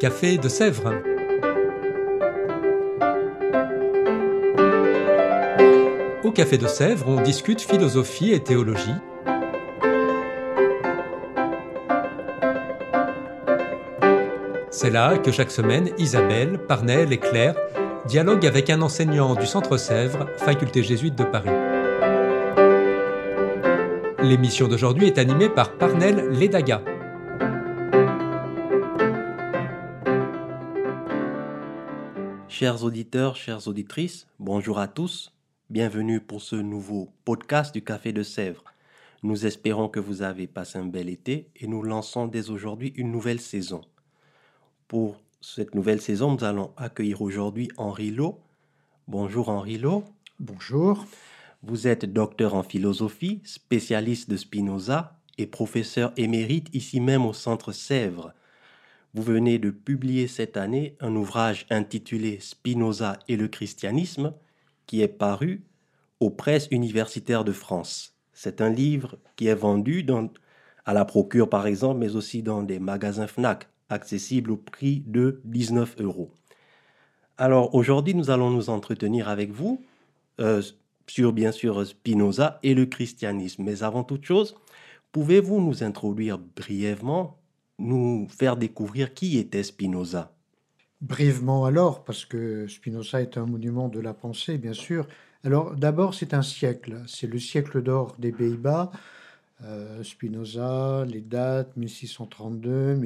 Café de Sèvres. Au Café de Sèvres, on discute philosophie et théologie. C'est là que chaque semaine, Isabelle, Parnell et Claire dialoguent avec un enseignant du Centre Sèvres, faculté jésuite de Paris. L'émission d'aujourd'hui est animée par Parnell Ledaga. Chers auditeurs, chères auditrices, bonjour à tous. Bienvenue pour ce nouveau podcast du Café de Sèvres. Nous espérons que vous avez passé un bel été et nous lançons dès aujourd'hui une nouvelle saison. Pour cette nouvelle saison, nous allons accueillir aujourd'hui Henri Lot. Bonjour Henri Lot. Bonjour. Vous êtes docteur en philosophie, spécialiste de Spinoza et professeur émérite ici même au Centre Sèvres. Vous venez de publier cette année un ouvrage intitulé Spinoza et le christianisme qui est paru aux presses universitaires de France. C'est un livre qui est vendu à la Procure par exemple, mais aussi dans des magasins Fnac, accessible au prix de 19 €. Alors aujourd'hui, nous allons nous entretenir avec vous sur bien sûr Spinoza et le christianisme. Mais avant toute chose, pouvez-vous nous introduire brièvement, nous faire découvrir qui était Spinoza? Brièvement alors, parce que Spinoza est un monument de la pensée, bien sûr. Alors d'abord, c'est un siècle. C'est le siècle d'or des Pays-Bas. Spinoza, les dates 1632,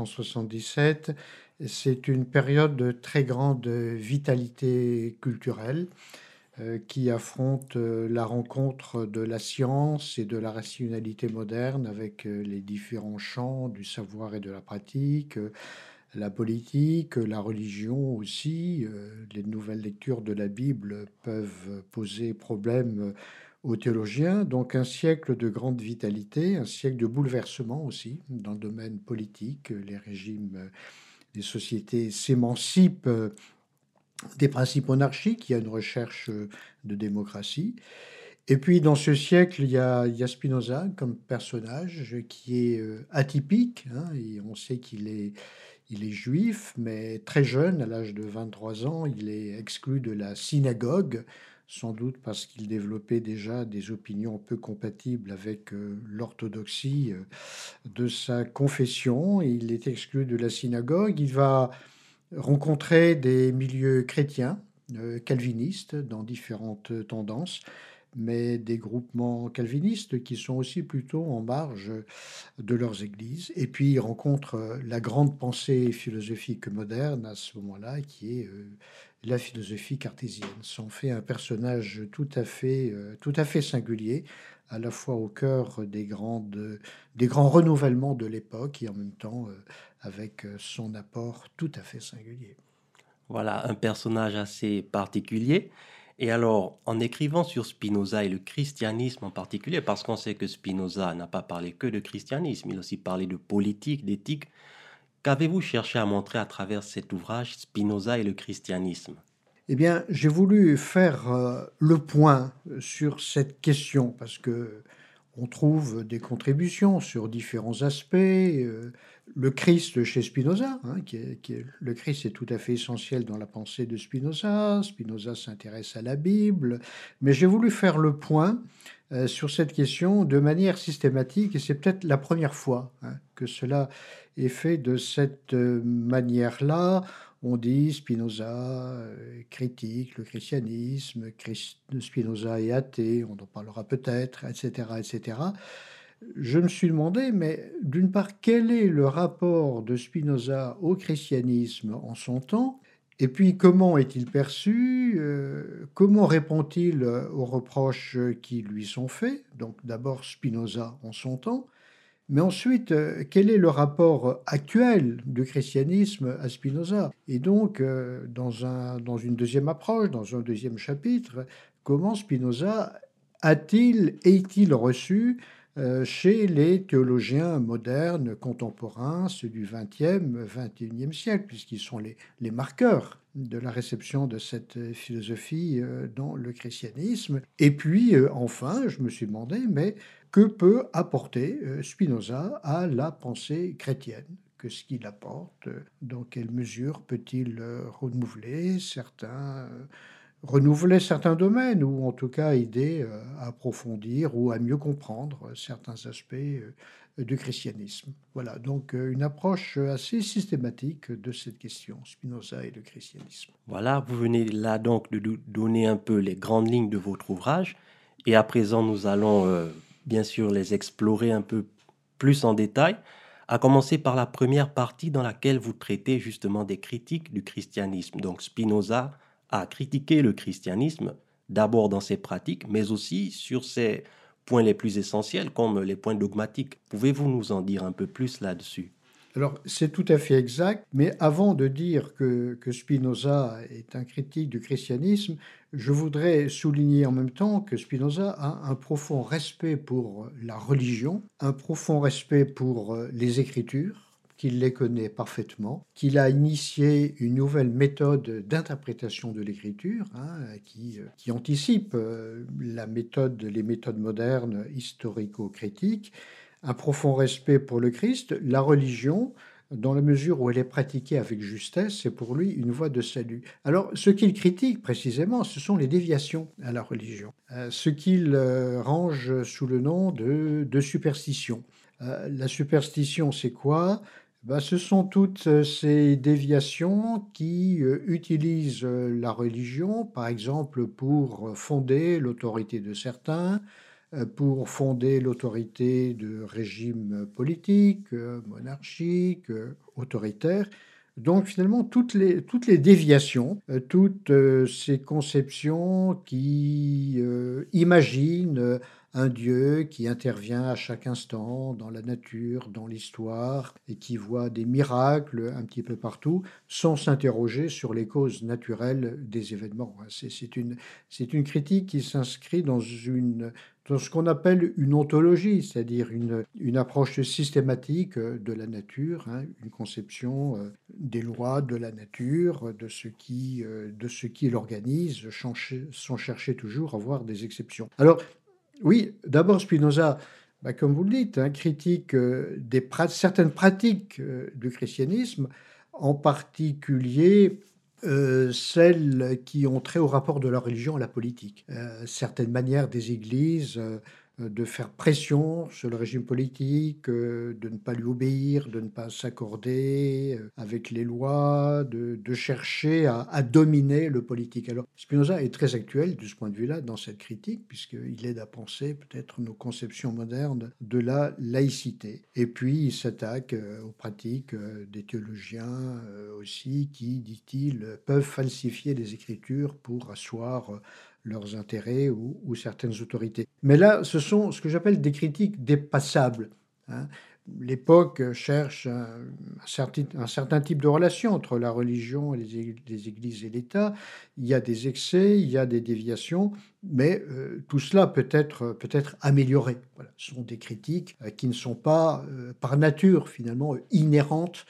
1677. C'est une période de très grande vitalité culturelle qui affronte la rencontre de la science et de la rationalité moderne avec les différents champs du savoir et de la pratique, la politique, la religion aussi. Les nouvelles lectures de la Bible peuvent poser problème aux théologiens. Donc un siècle de grande vitalité, un siècle de bouleversement aussi dans le domaine politique. Les régimes, les sociétés s'émancipent des principes monarchiques, il y a une recherche de démocratie. Et puis dans ce siècle, il y a Spinoza comme personnage qui est atypique, hein, et on sait qu'il est juif, mais très jeune, à l'âge de 23 ans, il est exclu de la synagogue, sans doute parce qu'il développait déjà des opinions peu compatibles avec l'orthodoxie de sa confession. Et il est exclu de la synagogue. Il va rencontrer des milieux chrétiens, calvinistes, dans différentes tendances, mais des groupements calvinistes qui sont aussi plutôt en marge de leurs églises. Et puis il rencontre la grande pensée philosophique moderne à ce moment-là, qui est la philosophie cartésienne. Ça en fait un personnage tout à fait singulier, à la fois au cœur des grands renouvellements de l'époque et en même temps avec son apport tout à fait singulier. Voilà, un personnage assez particulier. Et alors, en écrivant sur Spinoza et le christianisme en particulier, parce qu'on sait que Spinoza n'a pas parlé que de christianisme, il a aussi parlé de politique, d'éthique, qu'avez-vous cherché à montrer à travers cet ouvrage Spinoza et le christianisme? Eh bien, j'ai voulu faire le point sur cette question parce que on trouve des contributions sur différents aspects. Le Christ chez Spinoza, hein, le Christ est tout à fait essentiel dans la pensée de Spinoza. Spinoza s'intéresse à la Bible, mais j'ai voulu faire le point sur cette question de manière systématique, et c'est peut-être la première fois que cela est fait de cette manière-là. On dit Spinoza critique le christianisme, Spinoza est athée, on en parlera peut-être, etc., etc. Je me suis demandé, mais d'une part, quel est le rapport de Spinoza au christianisme en son temps? Et puis, comment est-il perçu? Comment répond-il aux reproches qui lui sont faits? Donc, d'abord, Spinoza en son temps. Mais ensuite, quel est le rapport actuel du christianisme à Spinoza? Et donc, dans une deuxième approche, dans un deuxième chapitre, comment Spinoza est-il reçu chez les théologiens modernes, contemporains, ceux du XXe, XXIe siècle, puisqu'ils sont les marqueurs de la réception de cette philosophie dans le christianisme. Et puis, enfin, je me suis demandé, mais que peut apporter Spinoza à la pensée chrétienne? que ce qu'il apporte. Dans quelle mesure peut-il renouveler certains domaines ou en tout cas aider à approfondir ou à mieux comprendre certains aspects du christianisme. Voilà, donc une approche assez systématique de cette question, Spinoza et le christianisme. Voilà, vous venez là donc de nous donner un peu les grandes lignes de votre ouvrage. Et à présent, nous allons bien sûr les explorer un peu plus en détail, à commencer par la première partie dans laquelle vous traitez justement des critiques du christianisme. Donc Spinoza a critiqué le christianisme, d'abord dans ses pratiques, mais aussi sur ses points les plus essentiels, comme les points dogmatiques. Pouvez-vous nous en dire un peu plus là-dessus? Alors, c'est tout à fait exact, mais avant de dire que Spinoza est un critique du christianisme, je voudrais souligner en même temps que Spinoza a un profond respect pour la religion, un profond respect pour les Écritures, qu'il les connaît parfaitement, qu'il a initié une nouvelle méthode d'interprétation de l'écriture qui anticipe les méthodes modernes historico-critiques, un profond respect pour le Christ. La religion, dans la mesure où elle est pratiquée avec justesse, c'est pour lui une voie de salut. Alors, ce qu'il critique précisément, ce sont les déviations à la religion, ce qu'il range sous le nom de superstition. La superstition, c'est quoi? Ce sont toutes ces déviations qui utilisent la religion, par exemple, pour fonder l'autorité de certains, pour fonder l'autorité de régimes politiques, monarchiques, autoritaires. Donc finalement, toutes les déviations, toutes ces conceptions qui imaginent un Dieu qui intervient à chaque instant dans la nature, dans l'histoire, et qui voit des miracles un petit peu partout, sans s'interroger sur les causes naturelles des événements. C'est une critique qui s'inscrit dans ce qu'on appelle une ontologie, c'est-à-dire une approche systématique de la nature, une conception des lois de la nature, de ce qui l'organise, sans chercher toujours à voir des exceptions. Alors, oui, d'abord Spinoza, comme vous le dites, critique certaines pratiques du christianisme, en particulier celles qui ont trait au rapport de la religion à la politique. Certaines manières des églises de faire pression sur le régime politique, de ne pas lui obéir, de ne pas s'accorder avec les lois, de chercher à dominer le politique. Alors Spinoza est très actuel de ce point de vue-là dans cette critique, puisqu'il aide à penser peut-être nos conceptions modernes de la laïcité. Et puis il s'attaque aux pratiques des théologiens aussi qui, dit-il, peuvent falsifier les Écritures pour asseoir leurs intérêts ou certaines autorités. Mais là, ce sont ce que j'appelle des critiques dépassables. L'époque cherche un certain type de relation entre la religion, les églises et l'État. Il y a des excès, il y a des déviations, mais tout cela peut être amélioré. Voilà. Ce sont des critiques qui ne sont pas, par nature, finalement, inhérentes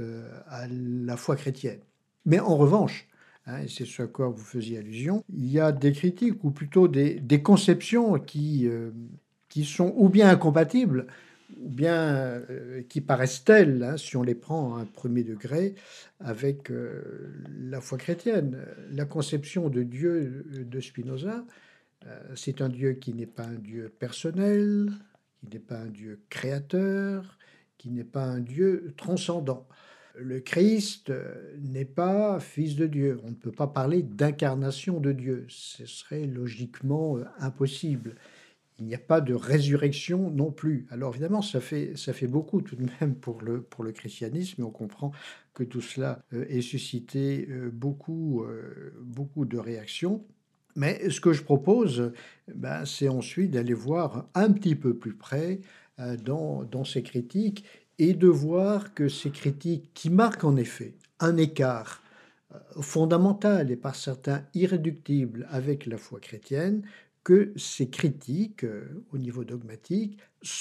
à la foi chrétienne. Mais en revanche, et c'est ce à quoi vous faisiez allusion, il y a des critiques, ou plutôt des conceptions qui sont ou bien incompatibles, ou bien qui paraissent telles, si on les prend à un premier degré, avec la foi chrétienne. La conception de Dieu de Spinoza, c'est un Dieu qui n'est pas un Dieu personnel, qui n'est pas un Dieu créateur, qui n'est pas un Dieu transcendant. Le Christ n'est pas fils de Dieu. On ne peut pas parler d'incarnation de Dieu. Ce serait logiquement impossible. Il n'y a pas de résurrection non plus. Alors évidemment, ça fait beaucoup tout de même pour le christianisme, et on comprend que tout cela ait suscité beaucoup de réactions. Mais ce que je propose, c'est ensuite d'aller voir un petit peu plus près dans ces critiques, et de voir que ces critiques qui marquent en effet un écart fondamental et par certains irréductible avec la foi chrétienne, que ces critiques au niveau dogmatique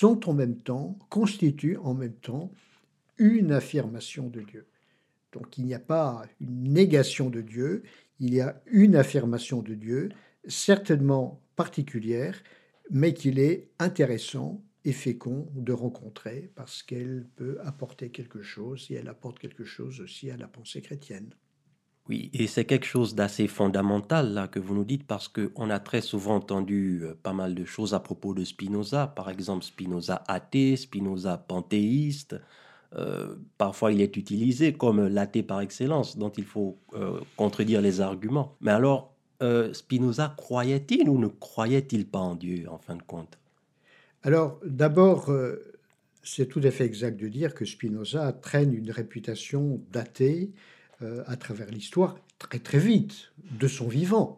constituent en même temps une affirmation de Dieu. Donc il n'y a pas une négation de Dieu, il y a une affirmation de Dieu, certainement particulière, mais qu'il est intéressant et fécond de rencontrer parce qu'elle peut apporter quelque chose et elle apporte quelque chose aussi à la pensée chrétienne. Oui, et c'est quelque chose d'assez fondamental là que vous nous dites parce qu'on a très souvent entendu pas mal de choses à propos de Spinoza, par exemple Spinoza athée, Spinoza panthéiste. Parfois, il est utilisé comme l'athée par excellence, dont il faut contredire les arguments. Mais alors, Spinoza croyait-il ou ne croyait-il pas en Dieu en fin de compte? Alors d'abord, c'est tout à fait exact de dire que Spinoza traîne une réputation d'athée à travers l'histoire très très vite, de son vivant.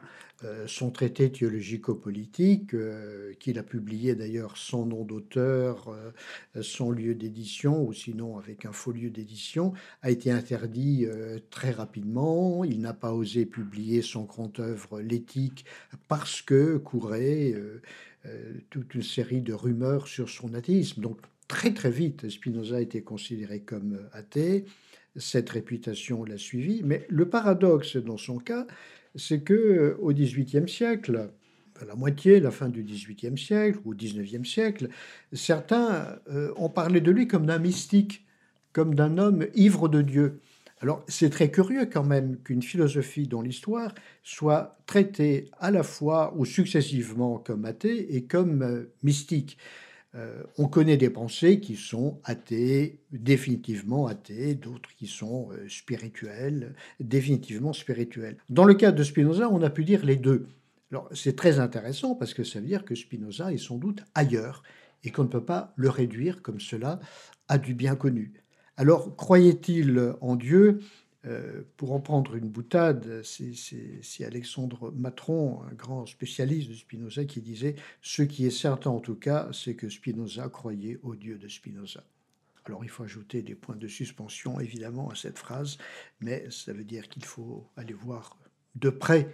Son traité théologico-politique, qu'il a publié d'ailleurs sans nom d'auteur, sans lieu d'édition, ou sinon avec un faux lieu d'édition, a été interdit très rapidement. Il n'a pas osé publier son grand œuvre, L'éthique, parce que courait toute une série de rumeurs sur son athéisme. Donc très très vite, Spinoza a été considéré comme athée. Cette réputation l'a suivi. Mais le paradoxe dans son cas, c'est que au XVIIIe siècle, à la moitié, la fin du XVIIIe siècle ou au XIXe siècle, certains ont parlé de lui comme d'un mystique, comme d'un homme ivre de Dieu. Alors c'est très curieux quand même qu'une philosophie dont l'histoire soit traitée à la fois ou successivement comme athée et comme mystique. On connaît des pensées qui sont athées, définitivement athées, d'autres qui sont spirituelles, définitivement spirituelles. Dans le cas de Spinoza, on a pu dire les deux. Alors c'est très intéressant parce que ça veut dire que Spinoza est sans doute ailleurs et qu'on ne peut pas le réduire comme cela à du bien connu. Alors croyait-il en Dieu? Pour en prendre une boutade, c'est Alexandre Matron, un grand spécialiste de Spinoza, qui disait « Ce qui est certain en tout cas, c'est que Spinoza croyait au Dieu de Spinoza ». Alors il faut ajouter des points de suspension évidemment à cette phrase, mais ça veut dire qu'il faut aller voir de près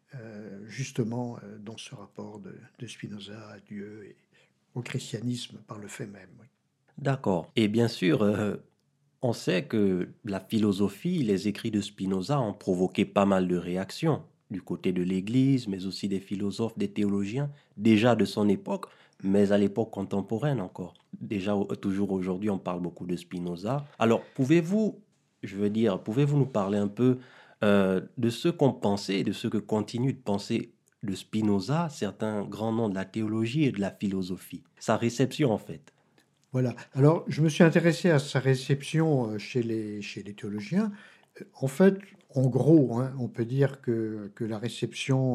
justement dans ce rapport de Spinoza à Dieu et au christianisme par le fait même. Oui. D'accord. Et bien sûr, on sait que la philosophie, les écrits de Spinoza ont provoqué pas mal de réactions du côté de l'Église, mais aussi des philosophes, des théologiens, déjà de son époque, mais à l'époque contemporaine encore. Déjà, toujours aujourd'hui, on parle beaucoup de Spinoza. Alors, pouvez-vous nous parler un peu de ce qu'on pensait et de ce que continuent de penser de Spinoza, certains grands noms de la théologie et de la philosophie, sa réception en fait? Voilà. Alors, je me suis intéressé à sa réception chez les théologiens. En fait, en gros, hein, on peut dire que la réception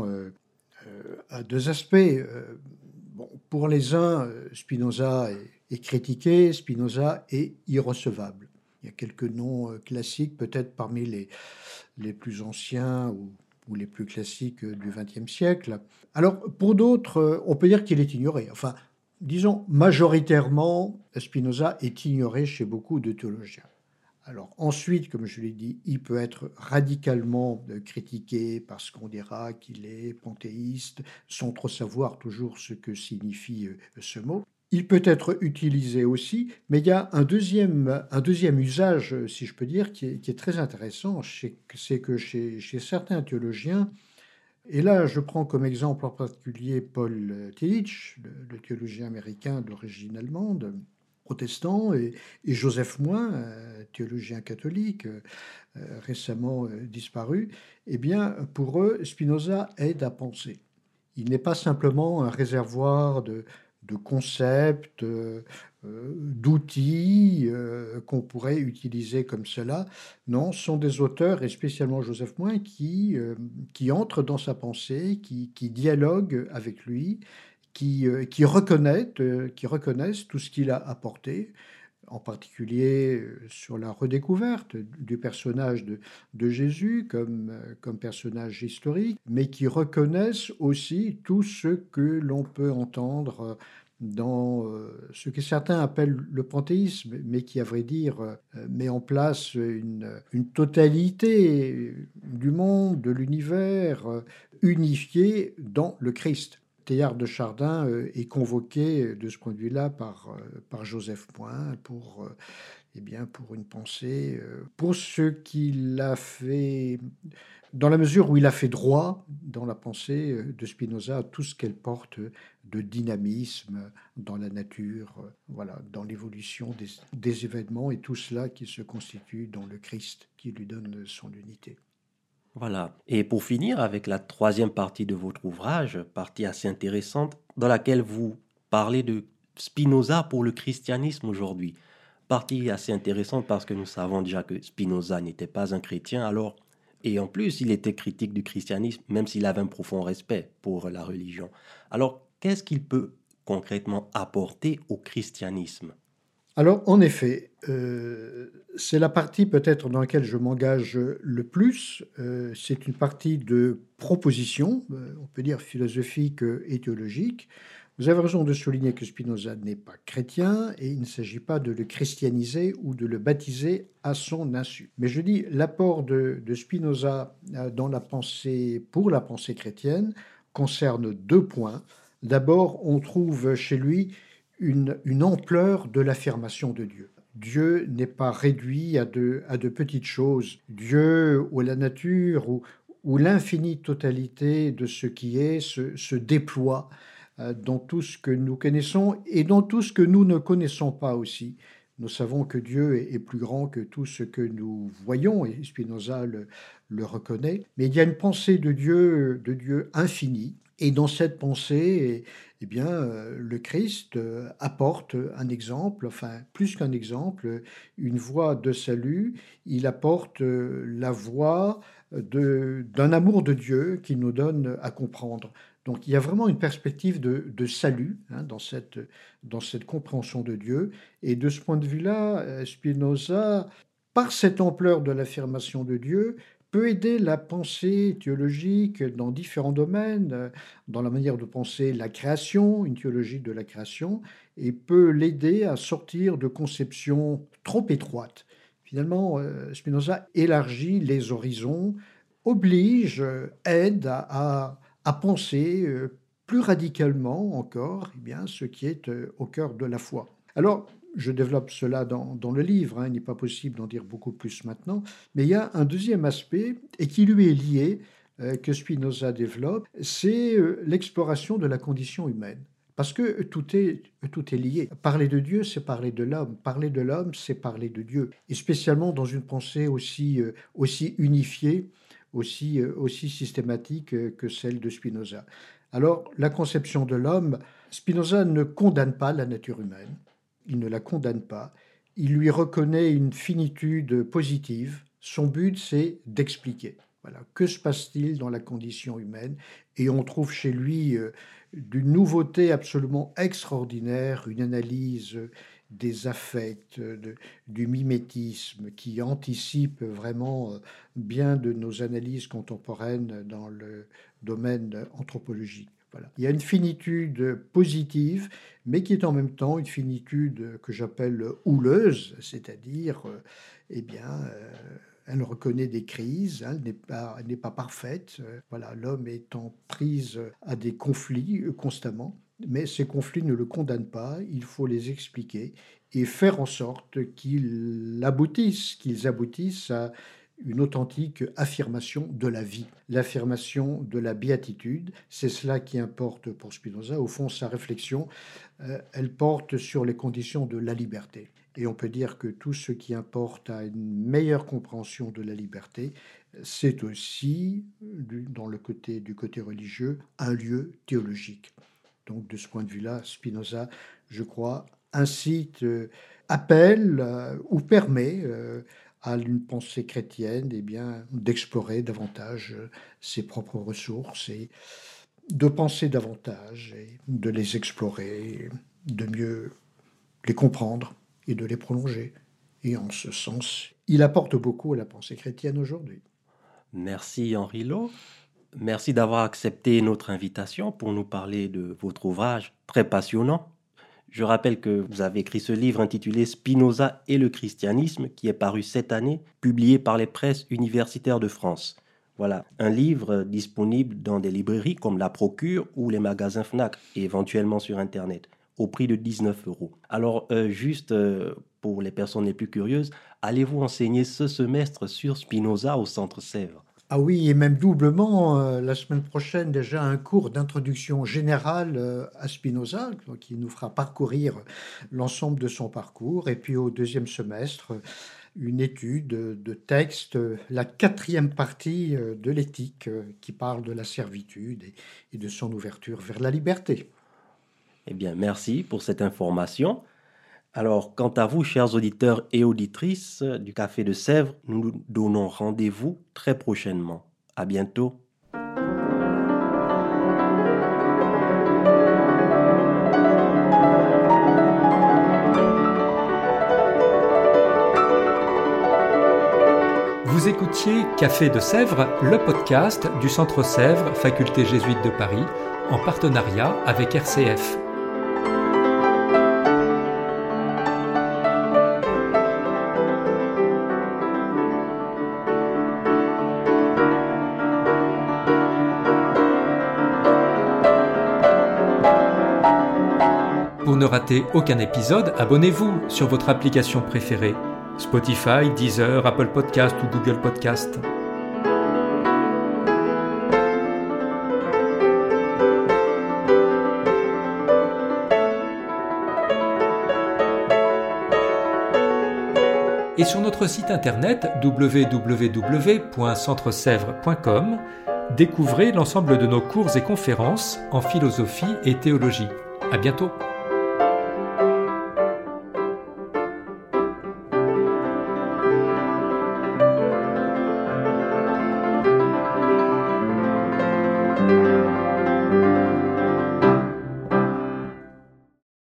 a deux aspects. Bon, pour les uns, Spinoza est critiqué, Spinoza est irrecevable. Il y a quelques noms classiques, peut-être parmi les plus anciens ou les plus classiques du XXe siècle. Alors, pour d'autres, on peut dire qu'il est ignoré. Enfin, disons, majoritairement, Spinoza est ignoré chez beaucoup de théologiens. Alors ensuite, comme je l'ai dit, il peut être radicalement critiqué parce qu'on dira qu'il est panthéiste, sans trop savoir toujours ce que signifie ce mot. Il peut être utilisé aussi, mais il y a un deuxième usage, si je peux dire, qui est très intéressant, c'est que chez certains théologiens, et là je prends comme exemple en particulier Paul Tillich, le théologien américain d'origine allemande, protestant, et Joseph Moin, théologien catholique, récemment disparu, eh bien, pour eux, Spinoza aide à penser. Il n'est pas simplement un réservoir de concepts, d'outils qu'on pourrait utiliser comme cela. Non, ce sont des auteurs, et spécialement Joseph Moin, qui entrent dans sa pensée, qui dialoguent avec lui, qui reconnaissent tout ce qu'il a apporté, en particulier sur la redécouverte du personnage de Jésus comme personnage historique, mais qui reconnaissent aussi tout ce que l'on peut entendre dans ce que certains appellent le panthéisme, mais qui, à vrai dire, met en place une totalité du monde, de l'univers, unifié dans le Christ. Teilhard de Chardin est convoqué de ce point de vue-là par Joseph Moin pour une pensée, pour ce qu'il a fait, dans la mesure où il a fait droit dans la pensée de Spinoza à tout ce qu'elle porte de dynamisme dans la nature, voilà, dans l'évolution des événements et tout cela qui se constitue dans le Christ qui lui donne son unité. Voilà. Et pour finir avec la troisième partie de votre ouvrage, partie assez intéressante, dans laquelle vous parlez de Spinoza pour le christianisme aujourd'hui. Partie assez intéressante parce que nous savons déjà que Spinoza n'était pas un chrétien, alors, et en plus, il était critique du christianisme, même s'il avait un profond respect pour la religion. Alors, qu'est-ce qu'il peut concrètement apporter au christianisme? Alors, en effet, c'est la partie peut-être dans laquelle je m'engage le plus. C'est une partie de proposition, on peut dire philosophique et théologique. Vous avez raison de souligner que Spinoza n'est pas chrétien et il ne s'agit pas de le christianiser ou de le baptiser à son insu. Mais je dis l'apport de Spinoza dans la pensée, pour la pensée chrétienne, concerne deux points. D'abord, on trouve chez lui une ampleur de l'affirmation de Dieu. Dieu n'est pas réduit à de petites choses. Dieu ou la nature ou l'infinie totalité de ce qui est se déploie dans tout ce que nous connaissons et dans tout ce que nous ne connaissons pas aussi. Nous savons que Dieu est plus grand que tout ce que nous voyons, et Spinoza le reconnaît. Mais il y a une pensée de Dieu infini, et dans cette pensée, eh bien, le Christ apporte un exemple, enfin plus qu'un exemple, une voie de salut. Il apporte la voie d'un amour de Dieu qui nous donne à comprendre. Donc il y a vraiment une perspective de salut dans cette compréhension de Dieu. Et de ce point de vue-là, Spinoza, par cette ampleur de l'affirmation de Dieu, peut aider la pensée théologique dans différents domaines, dans la manière de penser la création, une théologie de la création, et peut l'aider à sortir de conceptions trop étroites. Finalement, Spinoza élargit les horizons, oblige, aide à penser plus radicalement encore eh bien, ce qui est au cœur de la foi. Alors, je développe cela dans le livre, il n'est pas possible d'en dire beaucoup plus maintenant, mais il y a un deuxième aspect, et qui lui est lié, que Spinoza développe, c'est l'exploration de la condition humaine. Parce que tout est lié. Parler de Dieu, c'est parler de l'homme. Parler de l'homme, c'est parler de Dieu. Et spécialement dans une pensée aussi unifiée, aussi systématique que celle de Spinoza. Alors, la conception de l'homme, Spinoza ne condamne pas la nature humaine. Il ne la condamne pas, il lui reconnaît une finitude positive. Son but, c'est d'expliquer. Voilà. Que se passe-t-il dans la condition humaine? Et on trouve chez lui d'une nouveauté absolument extraordinaire, une analyse des affects, du mimétisme qui anticipe vraiment bien de nos analyses contemporaines dans le domaine anthropologique. Voilà. Il y a une finitude positive, mais qui est en même temps une finitude que j'appelle houleuse, c'est-à-dire, eh bien, elle reconnaît des crises, elle n'est pas parfaite. Voilà, l'homme est en prise à des conflits constamment, mais ces conflits ne le condamnent pas, il faut les expliquer et faire en sorte qu'ils aboutissent à une authentique affirmation de la vie, l'affirmation de la béatitude. C'est cela qui importe pour Spinoza. Au fond, sa réflexion, elle porte sur les conditions de la liberté. Et on peut dire que tout ce qui importe à une meilleure compréhension de la liberté, c'est aussi, du côté religieux, un lieu théologique. Donc de ce point de vue-là, Spinoza, je crois, incite, appelle ou permet à une pensée chrétienne eh bien, d'explorer davantage ses propres ressources et de penser davantage et de les explorer, de mieux les comprendre et de les prolonger. Et en ce sens, il apporte beaucoup à la pensée chrétienne aujourd'hui. Merci Henri Lot. Merci d'avoir accepté notre invitation pour nous parler de votre ouvrage très passionnant. Je rappelle que vous avez écrit ce livre intitulé Spinoza et le christianisme qui est paru cette année, publié par les presses universitaires de France. Voilà, un livre disponible dans des librairies comme La Procure ou les magasins Fnac et éventuellement sur Internet au prix de 19 €. Alors, pour les personnes les plus curieuses, allez-vous enseigner ce semestre sur Spinoza au Centre Sèvres? Ah oui, et même doublement, la semaine prochaine, déjà un cours d'introduction générale à Spinoza, qui nous fera parcourir l'ensemble de son parcours. Et puis au deuxième semestre, une étude de texte, la quatrième partie de l'éthique, qui parle de la servitude et de son ouverture vers la liberté. Eh bien, merci pour cette information. Alors, quant à vous, chers auditeurs et auditrices du Café de Sèvres, nous nous donnons rendez-vous très prochainement. À bientôt. Vous écoutiez Café de Sèvres, le podcast du Centre Sèvres, Faculté jésuite de Paris, en partenariat avec RCF. Pour ne rater aucun épisode, abonnez-vous sur votre application préférée. Spotify, Deezer, Apple Podcast ou Google Podcast. Et sur notre site internet www.centresèvres.com, découvrez l'ensemble de nos cours et conférences en philosophie et théologie. À bientôt.